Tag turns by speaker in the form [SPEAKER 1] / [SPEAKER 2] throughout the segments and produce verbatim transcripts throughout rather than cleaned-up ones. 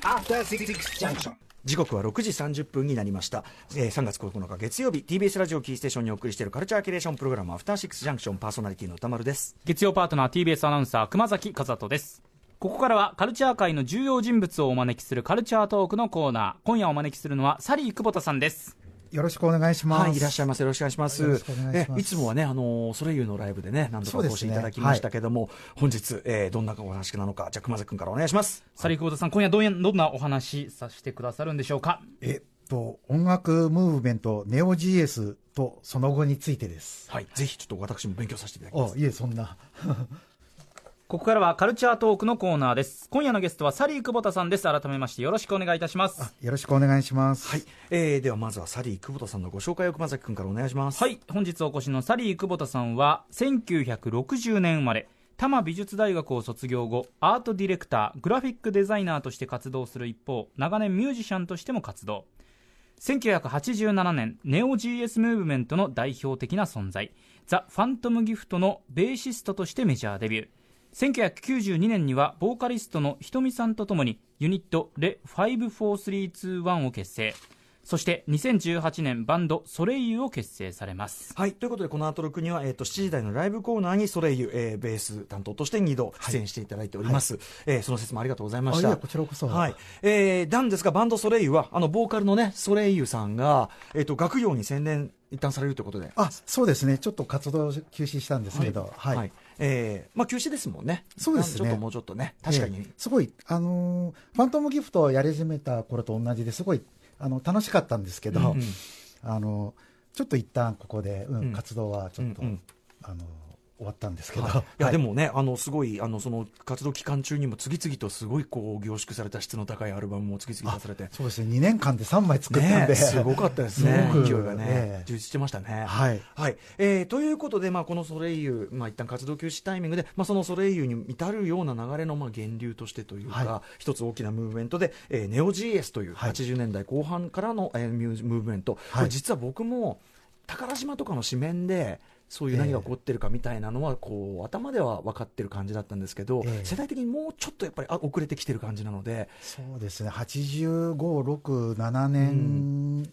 [SPEAKER 1] After Six Junction。時刻はろくじさんじゅっぷんになりました、えー、さんがつここのか月曜日 ティービーエス ラジオキーステーションにお送りしているカルチャーキュレーションプログラムアフターシックスジャンクション、パーソナリティの歌丸です。
[SPEAKER 2] 月曜パートナー ティービーエス アナウンサー熊崎和人です。ここからはカルチャー界の重要人物をお招きするカルチャートークのコーナー。今夜お招きするのはサリー久保田さんです。
[SPEAKER 3] よろしくお願いします。
[SPEAKER 1] はい、いらっしゃいませ。よろしくお願いします。
[SPEAKER 3] よろしくお願いします。
[SPEAKER 1] えいつもはね、あのソレイユのライブでね、何度かお越しいただきましたけども、ね、はい、本日、えー、どんなお話なのか、じゃあ熊崎君からお願いします。
[SPEAKER 2] サリー久保田さん、今夜どんやどんなお話させてくださるんでしょうか。
[SPEAKER 3] えっと音楽ムーブメントネオ ジーエス とその後についてです。
[SPEAKER 1] はい、ぜひちょっと私も勉強させていただきます。
[SPEAKER 3] あ、いえ、そんな
[SPEAKER 2] ここからはカルチャートークのコーナーです。今夜のゲストはサリー久保田さんです。改めましてよろしくお願いいたします。
[SPEAKER 3] あ、よろしくお願いします。
[SPEAKER 1] はい、えー、ではまずはサリー久保田さんのご紹介を熊崎君からお願いします。
[SPEAKER 2] はい、本日お越しのサリー久保田さんはせんきゅうひゃくろくじゅうねん生まれ、多摩美術大学を卒業後、アートディレクター、グラフィックデザイナーとして活動する一方、長年ミュージシャンとしても活動。せんきゅうひゃくはちじゅうななねん、ネオ ジーエス ムーブメントの代表的な存在、ザ・ファントム・ギフトのベーシストとしてメジャーデビュー。せんきゅうひゃくきゅうじゅうにねんにはボーカリストのひとみさんとともにユニットレごーよんさんにーいちを結成。そしてにせんじゅうはちねんバンドソレイユを結成されます。
[SPEAKER 1] はい、ということでこの後ろくには、えー、としちじ台のライブコーナーにソレイユ、えー、ベース担当としてにど出演していただいております、はい、えー、その説もありがとうございました。
[SPEAKER 3] あ、いや、こちらこそ。
[SPEAKER 1] はい、えー、なんですがバンドソレイユはあのボーカルのねソレイユさんが、えー、と学業に専念一旦されるということで。
[SPEAKER 3] あ、そうですね、ちょっと活動休止したんですけど、はい、はい、
[SPEAKER 1] えーまあ、休止ですもんね。
[SPEAKER 3] そうですね、
[SPEAKER 1] ちょっともうちょっとね、確かに、えー、
[SPEAKER 3] すごい、あのー、ファントムギフトをやり始めた頃と同じですごいあの楽しかったんですけど、うんうん、あのちょっと一旦ここで、うんうん、活動はちょっと、うんうん、あの終わったんですけど、はい、い
[SPEAKER 1] や、はい、でもね、あのすごいあのその活動期間中にも次々とすごいこう凝縮された質の高いアルバムも次々出されて。
[SPEAKER 3] そうですね、にねんかんでさんまい作ったんで、ね、
[SPEAKER 1] すごかったですね。勢いがね、
[SPEAKER 3] えー、
[SPEAKER 1] 充実してましたね。
[SPEAKER 3] はい、
[SPEAKER 1] はい、えー、ということで、まあ、このソレイユ、まあ、一旦活動休止タイミングで、まあ、そのソレイユに至るような流れのまあ源流としてというか、はい、一つ大きなムーブメントで、えー、ネオ ジーエス というはちじゅうねんだいこう半からの、えー、ムーブメント、はい、これ実は僕も宝島とかの紙面でそういう何が起こってるかみたいなのはこう頭では分かってる感じだったんですけど、えー、世代的にもうちょっとやっぱり遅れてきてる感じなので。
[SPEAKER 3] そうですね、はちじゅうご、ろく、ななねん、うん、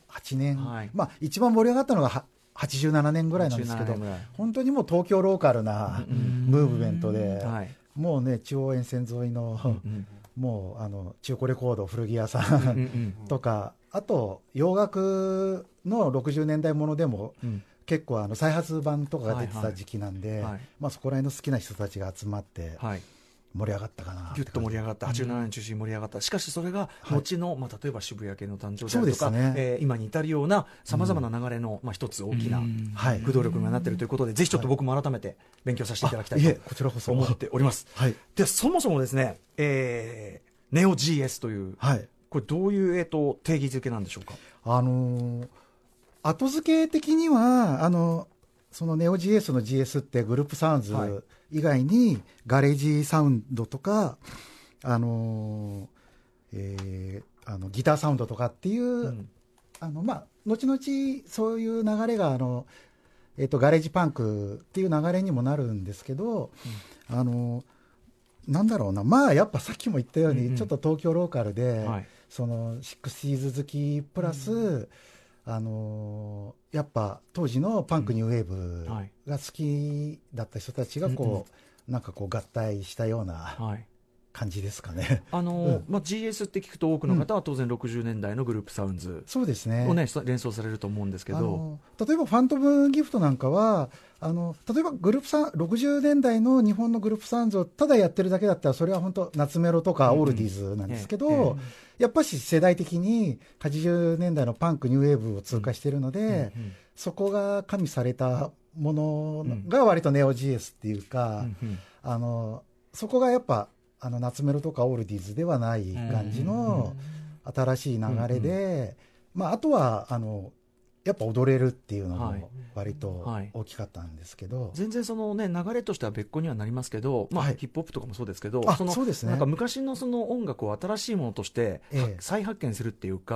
[SPEAKER 3] はちねん、はい、まあ、一番盛り上がったのがはちじゅうななねんぐらいなんですけど、本当にもう東京ローカルなムーブメントで、はい、もうね、中央沿線沿いの、うんうん、もうあの中古レコード古着屋さんとか、あと洋楽のろくじゅうねんだいものでも、うん、結構あの再発版とかが出てた時期なんで、はいはい、まあ、そこら辺の好きな人たちが集まって盛り上がったかな。
[SPEAKER 1] ぎゅっと盛り上がった、はちじゅうななねん中心に盛り上がった。しかしそれが後の、はい、まあ、例えば渋谷系の誕生であるとか、ね、えー、今に至るようなさまざまな流れの、うん、まあ、一つ大きな駆動力になっているということで、ぜひちょっと僕も改めて勉強させていただきたいと思っております。はい、でそもそもですね、えー、ネオ ジーエス という、はい、これどういう、えー、と定義づけなんでしょうか。
[SPEAKER 3] あのー、後付け的にはあのそのネオ ジーエス の ジーエス ってグループサウンズ以外にガレージサウンドとか、あのーえー、あのギターサウンドとかっていう、うん、あのまあ、後々そういう流れがあの、えー、とガレージパンクっていう流れにもなるんですけど、うん、あのなんだろうな、まあやっぱさっきも言ったように、うんうん、ちょっと東京ローカルで、はい、そのシックスティーズ好きプラス、うん、あのー、やっぱ当時のパンクニューウェーブが好きだった人たちがこう、うんうん、なんかこう合体したような感じですかね。
[SPEAKER 1] あのーうん、まあ、ジーエス って聞くと多くの方は当然ろくじゅうねんだいのグループサウンズを、ね、
[SPEAKER 3] そうですね、
[SPEAKER 1] 連想されると思うんですけど、あの
[SPEAKER 3] 例えばファントムギフトなんかはあの例えばグループサろくじゅうねんだいの日本のグループサウンズをただやってるだけだったらそれは本当夏メロとかオールディーズなんですけど、うんうんええ、やっぱし世代的にはちじゅうねんだいのパンクニューウェーブを通過しているので、うんうんうん、そこが加味されたものが割とネオ ジーエス っていうか、うんうん、あのそこがやっぱあの夏メロとかオールディーズではない感じの新しい流れで、うんうん、まあ、あとはあのやっぱ踊れるっていうのも割と大きかったんですけど、はいはい、
[SPEAKER 1] 全然その、ね、流れとしては別個にはなりますけど、まあはい、ヒップホップとかもそうですけど、
[SPEAKER 3] そのそうですね、
[SPEAKER 1] なんか昔のその音楽を新しいものとして、ええ、再発見するっていうか、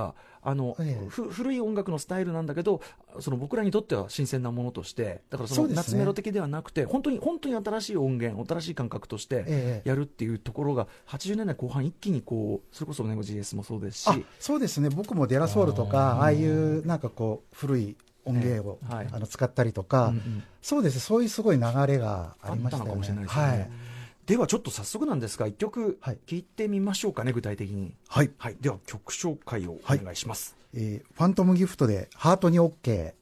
[SPEAKER 1] あの、
[SPEAKER 3] ええ、
[SPEAKER 1] ふ古い音楽のスタイルなんだけど、その僕らにとっては新鮮なものとして、だからその
[SPEAKER 3] そうですね
[SPEAKER 1] 夏メロ的ではなくて、本当に本当に新しい音源、新しい感覚としてやるっていうところが、はちじゅうねんだいこう半一気にこう、それこそネゴ ジーエス もそうですし、
[SPEAKER 3] あ、そうですね、僕もデラソウルとか、ああいうなんかこう古い音源を、
[SPEAKER 1] ええ、はい、
[SPEAKER 3] あの使ったりとか、うんうん、そうですね、そういうすごい流れがありましたよね。あったのかもしれないですね。はい、
[SPEAKER 1] ではちょっと早速なんですが、いっきょく聴いてみましょうかね、はい、具体的に。
[SPEAKER 3] はい、
[SPEAKER 1] はい、では曲紹介をお願いします。
[SPEAKER 3] はい、えー、ファントムギフトでハートに OK。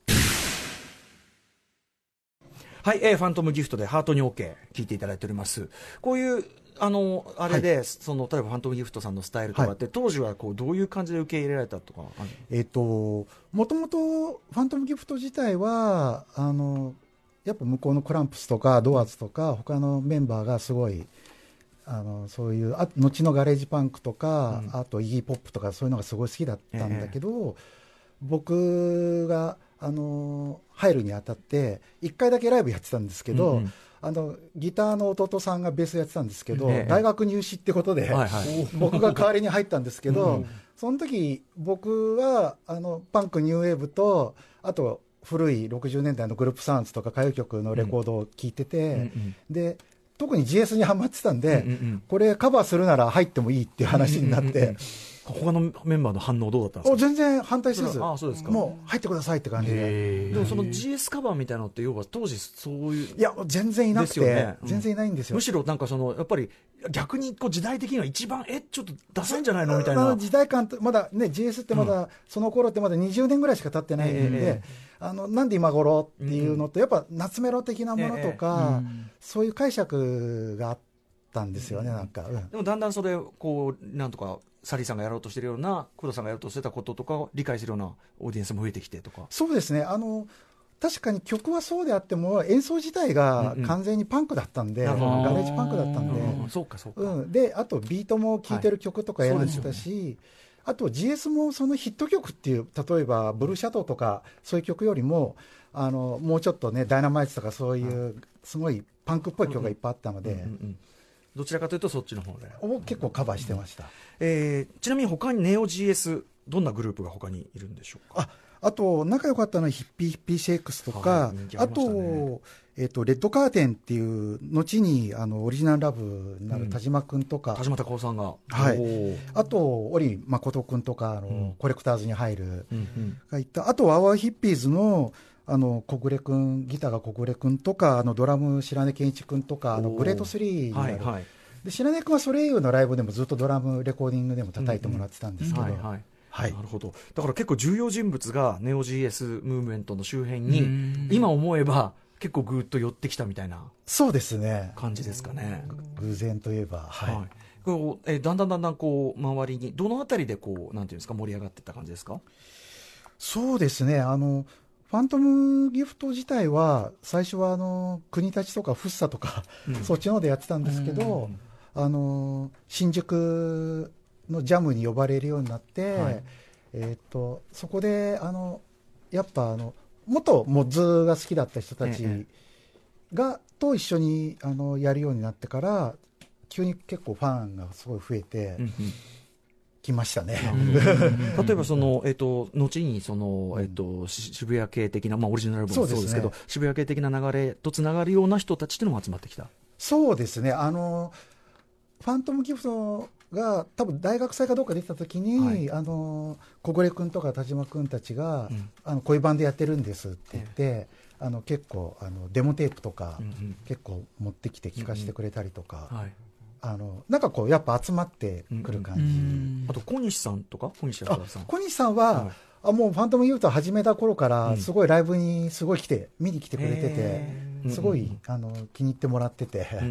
[SPEAKER 1] はい、えー、ファントムギフトでハートに OK 聴いていただいております。こういうあのあれで、はい、その例えばファントムギフトさんのスタイルとかって、はい、当時はこうどういう感じで受け入れられたとか。
[SPEAKER 3] えっともともとファントムギフト自体はあのやっぱ向こうのクランプスとかドアーズとか他のメンバーがすごいあのそういうあ後のガレージパンクとか、うん、あとイギーポップとかそういうのがすごい好きだったんだけど、ええ、僕があの入るにあたっていっかいだけライブやってたんですけど、うんうん、あのギターの弟さんがベースやってたんですけど、ええ、大学入試ってことで、はいはい、僕が代わりに入ったんですけど、うん、その時僕はあのパンクニューウェーブとあと古いろくじゅうねんだいのグループサウンズとか歌謡曲のレコードを聴いてて、うんうん、で特に ジーエス にハマってたんで、うんうんうん、これカバーするなら入ってもいいっていう話になって、うんうんうん、
[SPEAKER 1] 他のメンバーの反応どうだったんですか？
[SPEAKER 3] 全然反対せず、
[SPEAKER 1] ああ、そうですか。
[SPEAKER 3] もう入ってくださいって感じで。
[SPEAKER 1] でもその ジーエス カバーみたいなのって要は当時そういう、
[SPEAKER 3] いや全然いなくて、ね、うん、全然いないんですよ。
[SPEAKER 1] むしろなんかそのやっぱり逆にこう時代的には一番えちょっとダサいんじゃないのみたいな
[SPEAKER 3] 時代感と、まだね ジーエス ってまだ、うん、その頃ってまだにじゅうねんぐらいしか経ってないんで、えー、あのなんで今頃っていうのと、やっぱ夏メロ的なものとか、えーうん、そういう解釈があったんですよね、なんか、うん、
[SPEAKER 1] でもだんだんそれこうなんとかサリーさんがやろうとしているような工藤さんがやろうとしてたこととかを理解するようなオーディエンスも増えてきてとか。
[SPEAKER 3] そうですね、あの確かに曲はそうであっても演奏自体が完全にパンクだったんで、うんうん、ガレージパンクだったんで、
[SPEAKER 1] うん、そうかそうか、
[SPEAKER 3] うん、であとビートも聴いてる曲とかやられてたし、はいね、あと ジーエス もそのヒット曲っていう例えばブルーシャドウとかそういう曲よりもあのもうちょっとねダイナマイトとかそういうすごいパンクっぽい曲がいっぱいあったので、うんうんうんうん、
[SPEAKER 1] どちらかというとそっちの方で
[SPEAKER 3] 結構カバーしてました、うん、
[SPEAKER 1] えー、ちなみに他にネオ ジーエス どんなグループが他にいるんでしょうか？
[SPEAKER 3] ああと仲良かったのはヒッピーヒッピーシェイクスとか、はい、 あ, ね、あと、えー、とレッドカーテンっていう後にあのオリジナルラブになる田島君とか、
[SPEAKER 1] うん、田島孝さんが、
[SPEAKER 3] はい、あと織誠君とかあの、うん、コレクターズに入る、うんうん、がいた。あとアワーヒッピーズのあの小暮君、ギターが小暮君とかあのドラム白根健一君とかあのグレートスリーになる、はいはい、で白根君はソレイユのライブでもずっとドラムレコーディングでも叩いてもらってたんですけど、うんうん、はいはいはい、
[SPEAKER 1] なるほど。だから結構重要人物がネオ ジーエス ムーブメントの周辺に今思えば結構ぐーっと寄ってきたみたいな
[SPEAKER 3] そうですね
[SPEAKER 1] 感じですかね。
[SPEAKER 3] 偶然といえば、はいはい、
[SPEAKER 1] こうえだんだんだんだんこう周りにどのあたりでこうなんていうんですか盛り上がっていった感じですか？
[SPEAKER 3] そうですね、あのファントムギフト自体は最初はあの国立とかフッサとか、うん、そっちの方でやってたんですけど、あの新宿のジャムに呼ばれるようになって、はい、えー、とそこであのやっぱあの元モッズが好きだった人たちが、ええ、と一緒にあのやるようになってから急に結構ファンがすごい増えてきましたね。
[SPEAKER 1] 例えばその、えー、と後にその、えー、と渋谷系的な、まあ、オリジナル部もそうですけど、ね、渋谷系的な流れとつながるような人たちっていうのも集まってきた。
[SPEAKER 3] そうですね、あのファントムギフトが多分大学祭かどうか出てた時に、はい、あの小暮君とか田島君たちが、うん、あのこういうバンドやってるんですって言って、ええ、あの結構あのデモテープとか、うんうん、結構持ってきて聴かせてくれたりとか、うんうん、はい、あのなんかこうやっぱ集まってくる感じ、うんうん、
[SPEAKER 1] あと小西さんとか小西さん
[SPEAKER 3] 小西さんは、はい、あもうファントムギフト始めた頃からすごいライブにすごい来て見に来てくれてて、すごい、うんうん、あの気に入ってもらってて、うんうんうん、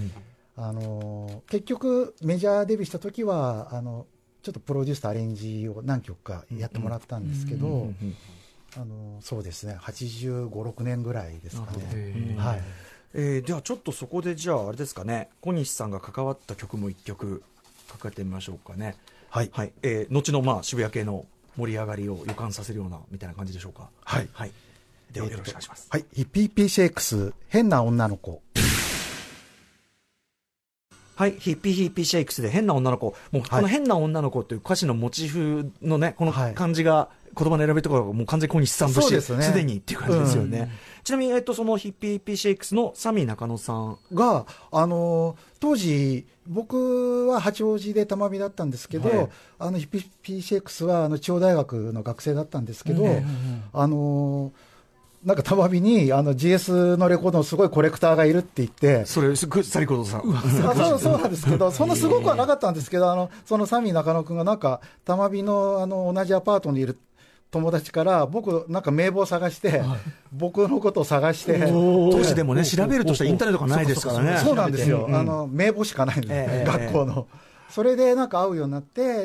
[SPEAKER 3] あの結局メジャーデビューした時はあのちょっとプロデュースとアレンジを何曲かやってもらったんですけど、うんうん、あのそうですねはちじゅうご、ろくねんぐらいですかね、はい、
[SPEAKER 1] えー、ではちょっとそこでじゃああれですかね、小西さんが関わった曲もいっきょくかけてみましょうかね。はい、はい、えー、後のまあ渋谷系の盛り上がりを予感させるようなみたいな感じでしょうか。
[SPEAKER 3] はい、
[SPEAKER 1] はい、ではよろしくお願いします。
[SPEAKER 3] はい、ヒッピーピーシェイクス変な女の子。
[SPEAKER 1] はい、ヒッピーヒッピーシェイクスで変な女の子、もうこの変な女の子という歌詞のモチーフのね、この感じが、言葉の選びとかがもう完全に小西さん節、すで、ね、にっていう感じですよね。うん、ちなみに、えっと、そのヒッピーヒッピーシェイクスのサミー中野さん
[SPEAKER 3] が、あの、当時、僕は八王子で玉美だったんですけど、はい、あのヒッピーヒッピーシェイクスはあの中央大学の学生だったんですけど、うん、あの、なんか玉美にあの ジーエス のレコードのすごいコレクターがいるって言って、
[SPEAKER 1] それ、サリコードさん。
[SPEAKER 3] あそうそうなんですけど、そんなすごくはなかったんですけど、あのそのサミー中野君がなんか、玉美のあの同じアパートにいる友達から、僕、なんか名簿を探して、はい、僕のことを探して、
[SPEAKER 1] 当時でもね、調べるとしたらインターネットがないですからね。
[SPEAKER 3] そうなんですよ、うん、あの名簿しかないんです、えー、学校の。えー、それでなんか会うようになって、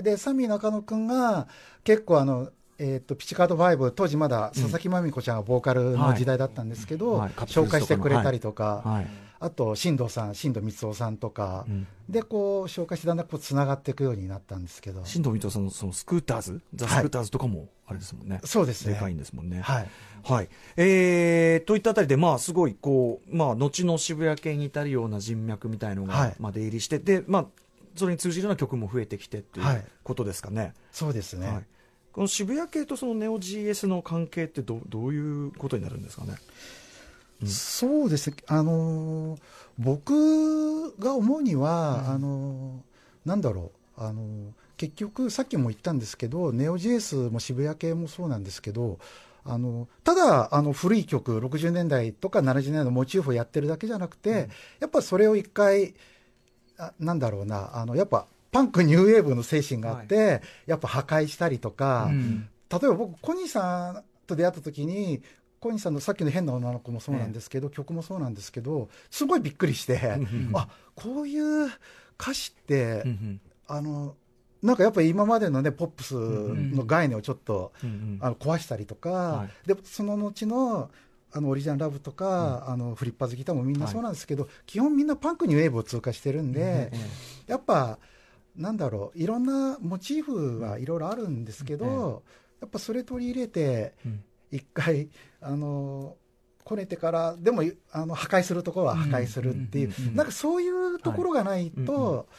[SPEAKER 3] でサミー中野君が結構あの、えー、とピチカートファイブ、当時まだ佐々木まみこちゃんがボーカルの時代だったんですけど、うんはい、紹介してくれたりとか、はいはい、あと新藤さん、新藤光雄さんとか、うん、でこう紹介してだんだんこうつながっていくようになったんですけど、
[SPEAKER 1] 新藤光雄さんのそのスクーターズ、ザ・スクーターズとかもあれですもんね、はい、
[SPEAKER 3] そうですね、
[SPEAKER 1] でかいんですもんね。
[SPEAKER 3] はい
[SPEAKER 1] はい、えー、といったあたりで、まあ、すごいこう、まあ、後の渋谷系に至るような人脈みたいのが、はい、まあ、出入りして、で、まあ、それに通じるような曲も増えてきてっていうことですかね。はい、
[SPEAKER 3] そうですね。はい、
[SPEAKER 1] この渋谷系とそのネオ ジーエス の関係ってど、どういうことになるんですかね。
[SPEAKER 3] うん、そうですね、あのー、僕が思うには、うん、あのー、なんだろう、あのー、結局さっきも言ったんですけど、ネオ ジーエス も渋谷系もそうなんですけど、あのただあの古い曲ろくじゅうねんだいとかななじゅうねんだいのモチーフをやってるだけじゃなくて、うん、やっぱそれを一回あなんだろうな、あのやっぱパンクニューウェーブの精神があって、はい、やっぱ破壊したりとか、うん、例えば僕小西さんと出会った時に、小西さんのさっきの変な女の子もそうなんですけど、ええ、曲もそうなんですけど、すごいびっくりしてあ、こういう歌詞って、うん、あのなんかやっぱり今までのねポップスの概念をちょっと、うん、あの壊したりとか、はい、でその後のあのオリジナルラブとか、うん、あのフリッパーズギターもみんなそうなんですけど、はい、基本みんなパンクニューウェーブを通過してるんで、うん、やっぱなんだろう、いろんなモチーフはいろいろあるんですけど、うん、やっぱそれ取り入れて一回あのこねてからでもあの破壊するところは破壊するっていう、なんかそういうところがないと、はい、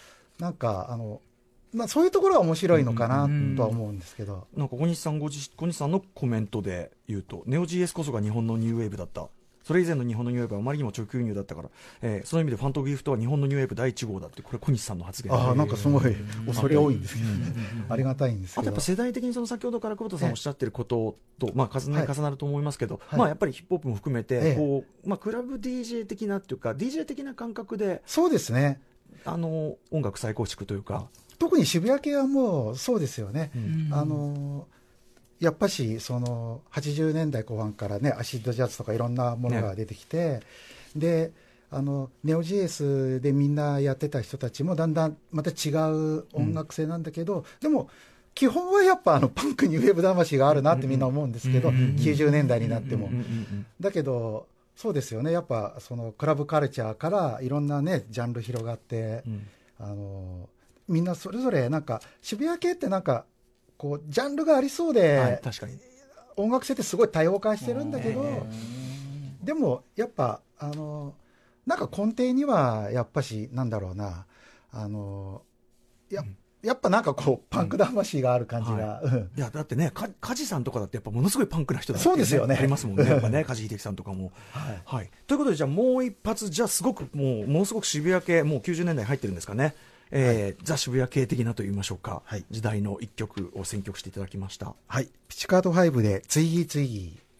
[SPEAKER 3] なんかあのまあ、そういうところは面白いのかなとは思うんですけど、
[SPEAKER 1] なんか小西さんご自小西さんのコメントで言うと、ネオ ジーエス こそが日本のニューウェーブだった、それ以前の日本のニューウェーブはあまりにも直輸入だったから、えー、その意味でファントギフトは日本のニューウェーブだいいち号だって、これ小西さんの発言で、
[SPEAKER 3] あなんかすごい恐れ多いんですけどね、ありがたいんですけど、
[SPEAKER 1] あとやっぱ世代的にその先ほどから久保田さんおっしゃってることと、まあ、重ね重なると思いますけど、はい、まあ、やっぱりヒップホップも含めてこう、まあ、クラブ ディージェー 的なっていうか ディージェー 的な感覚で、
[SPEAKER 3] そうですね、
[SPEAKER 1] あの音楽再構築というか、
[SPEAKER 3] 特に渋谷系はもうそうですよね、うん、あのやっぱしそのはちじゅうねんだいこう半からねアシッドジャズとかいろんなものが出てきて、ね、であのネオ ジーエス でみんなやってた人たちもだんだんまた違う音楽性なんだけど、うん、でも基本はやっぱあのパンクニューウェーブ魂があるなってみんな思うんですけど、きゅうじゅうねんだいになっても、だけどそうですよね、やっぱそのクラブカルチャーからいろんなねジャンル広がって、うん、あのみんなそれぞれなんか渋谷系ってなんかこうジャンルがありそうで、はい、確かに音楽性ってすごい多様化してるんだけど、でもやっぱあのなんか根底にはやっぱしなんだろうな、あの や,、うん、やっぱなんかこうパンク魂がある感じが、うんはい、い
[SPEAKER 1] やだってね、梶さんとかだってやっぱものすごいパンクな人だって、
[SPEAKER 3] ね、そうですよね、
[SPEAKER 1] ありますもんね、やっぱね梶秀樹さんとかも、はいはい、ということでじゃあもう一発、じゃあすごくもうものすごく渋谷系、もうきゅうじゅうねんだい入ってるんですかね、えーはい、ザ・渋谷系的なと言いましょうか、はい、時代の一曲を選曲していただきました。
[SPEAKER 3] はい、ピチカートファイブでツイギーツイギー。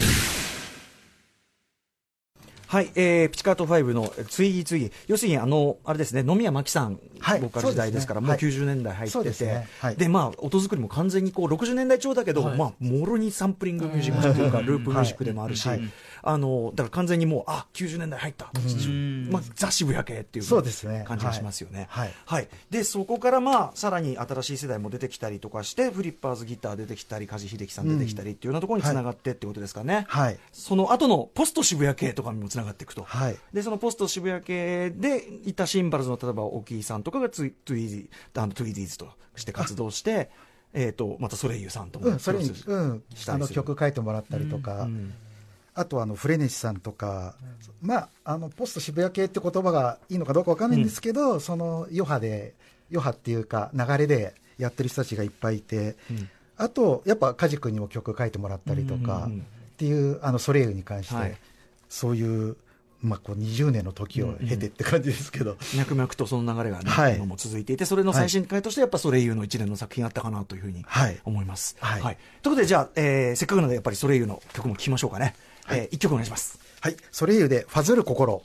[SPEAKER 1] はい、えー、ピチカートファイブのツイギーツイギー、要するにあのあれですね、野宮真紀さん、はい、ボーカル時代ですから、ね、もうきゅうじゅうねんだい入ってて、で、はいでまあ、音作りも完全にこうろくじゅうねんだいちょうだけど、はいまあ、もろにサンプリングミュージックというか、ループミュージックでもあるし、はいはい、あのだから完全にもう、あきゅうじゅうねんだい入った、まあ、ザ・渋谷系っていう感じがしますよね。はいはいはい、でそこから、まあ、さらに新しい世代も出てきたりとかして、フリッパーズギター出てきたり、梶秀樹さん出てきたりっていうようなところにつながってってことですかね。はい、その後のポスト渋谷系とかにもつながっていくと。はいでそのポスト渋谷系でいたシンバルズの例えば沖井さんとかがツイトゥイーズあのトゥイーズとして活動して、えー、とまたソレイユさんとも、
[SPEAKER 3] うん、それに、うん、あの曲書いてもらったりとか、うんうん、 あとあのフレネシさんとか、うん、まあ、あのポスト渋谷系って言葉がいいのかどうか分かんないんですけど、うん、その余波で余波っていうか流れでやってる人たちがいっぱいいて、うん、あとやっぱ梶君にも曲書いてもらったりとかっていう、うんうんうん、あのソレイユに関して、はい、そういう、まあ、こうにじゅうねんの時を経てって感じですけど、うんうん、
[SPEAKER 1] 脈々とその流れが、ね、はい、今も続いていて、それの最新回としてやっぱソレイユの一連の作品あったかなというふうに思います、はいはい、ということでじゃあ、えー、せっかくなのでやっぱりソレイユの曲も聴きましょうかね、はい、えー、いっきょくお願いします。
[SPEAKER 3] はい、ソレイユでファズる心。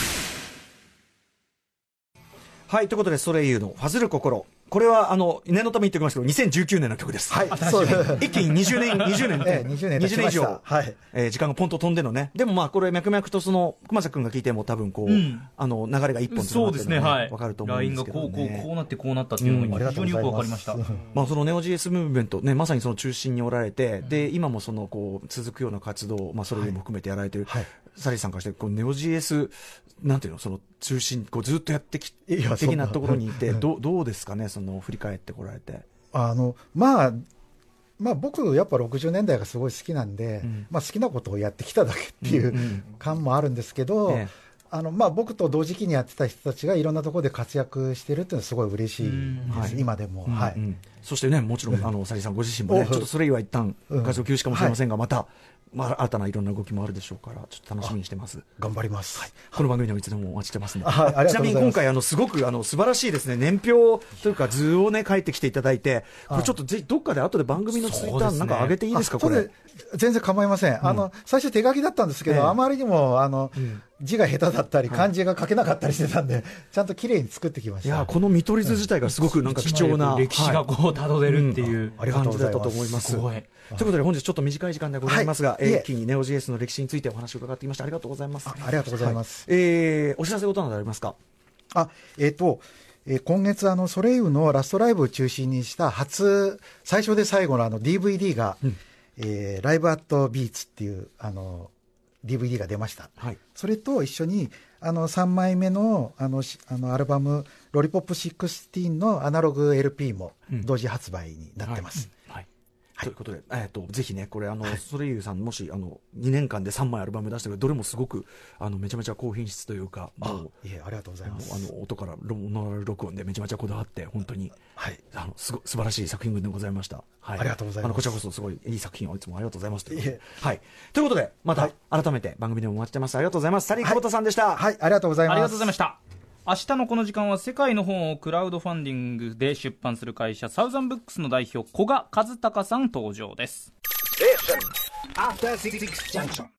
[SPEAKER 1] はい、ということでソレイユのファズる心、これはあの念のため言っておきますけどにせんじゅうきゅうねんの曲です。
[SPEAKER 3] はい、そうです。
[SPEAKER 1] 一気ににじゅうねんにじゅうねん、
[SPEAKER 3] ええ、にじゅうねん経ちました。
[SPEAKER 1] にじゅうねん以上、はい、えー、時間がポンと飛んでのね。でもまあこれ脈々とその熊崎君が聞いても多分こう、うん、あの流れが一本つながってるのが、ね、はい、分かると思うんですけどね。
[SPEAKER 2] ラインがこうこうこうなってこうなったっていうのが非常によく分かりました。うん、
[SPEAKER 1] まあそのネオ ジーエス ムーブメントね、まさにその中心におられて、うん、で今もそのこう続くような活動、まあそれも含めてやられてる、はい、サリーさんからしてこうネオ ジーエス なんていうの、その中心こうずっとやってき的なところにいて、どうどうですかね、その振り返ってこられて。
[SPEAKER 3] あのまあまあ、僕やっぱろくじゅうねんだいがすごい好きなんで、うん、まあ、好きなことをやってきただけっていう感もあるんですけど、うんうん、あのまあ、僕と同時期にやってた人たちがいろんなところで活躍してるっていうのはすごい嬉しいです、はい、今でも、うん、はい、うん、
[SPEAKER 1] そしてね、もちろんあのサリーさんご自身もねちょっとそれ以は一旦活動休止かもしれませんが、うん、はい、またまあ、新たないろんな動きもあるでしょうからちょっと楽しみにしてます。
[SPEAKER 3] 頑張ります、はい、
[SPEAKER 1] この番組でもいつでもお待ちしてますので、
[SPEAKER 3] はい、
[SPEAKER 1] ちなみに今回あのすごくあの素晴らしいですね、年表というか図をね書いてきていただいて、これちょっとぜひどっかで後で番組のツイッターなんか上げていいですか。これ
[SPEAKER 3] 全然構いません、うん、あの最初手書きだったんですけど、ええ、あまりにもあの、うん、字が下手だったり漢字が書けなかったりしてたんで、はい、ちゃんと綺麗に作ってきました。
[SPEAKER 1] いやこの見取り図自体がすごくなんか貴重な、
[SPEAKER 2] うん、歴史がこうたどれるっていう、
[SPEAKER 1] はい、うん、感じだったと思います。すごい。ということで本日ちょっと短い時間でございますが、はい、えー、一気にネオ ジーエス の歴史についてお話を伺ってきました。ありがとうございます。
[SPEAKER 3] あ, ありがとうございます、
[SPEAKER 1] はい、えー、お知らせことなどありますか。
[SPEAKER 3] あ、えーとえー、今月あのソレイユのラストライブを中心にした初最初で最後のあの ディーブイディー が、うん、えー、ライブアットビーツっていうあの ディーブイディー が出ました、はい、それと一緒にあのさんまいめ の, あのあのアルバムロリポップじゅうろくのアナログ エルピー も同時発売になってます、
[SPEAKER 1] うん、はい、はい、ということで、えー、とぜひねこれあの、はい、ソレイユさんもしあのにねんかんでさんまいアルバム出してるどれもすごくあのめちゃめちゃ高品質というか、もう
[SPEAKER 3] いえありがとうございます。
[SPEAKER 1] あの音からノーラル録音でめちゃめちゃこだわって本当に、はい、あのすご素晴らしい作品群でございました、はい、
[SPEAKER 3] ありがとうございます。
[SPEAKER 1] あのこちらこそすごいいい作品をいつもありがとうございますということで、はい、ということでまた改めて番組でもお待ちしてます。ありがとうございます。サリー久保田さんでした。
[SPEAKER 3] はい、はい、ありがとうございます。
[SPEAKER 2] ありがとうございました。明日のこの時間は世界の本をクラウドファンディングで出版する会社サウザンブックスの代表古賀和孝さん登場です。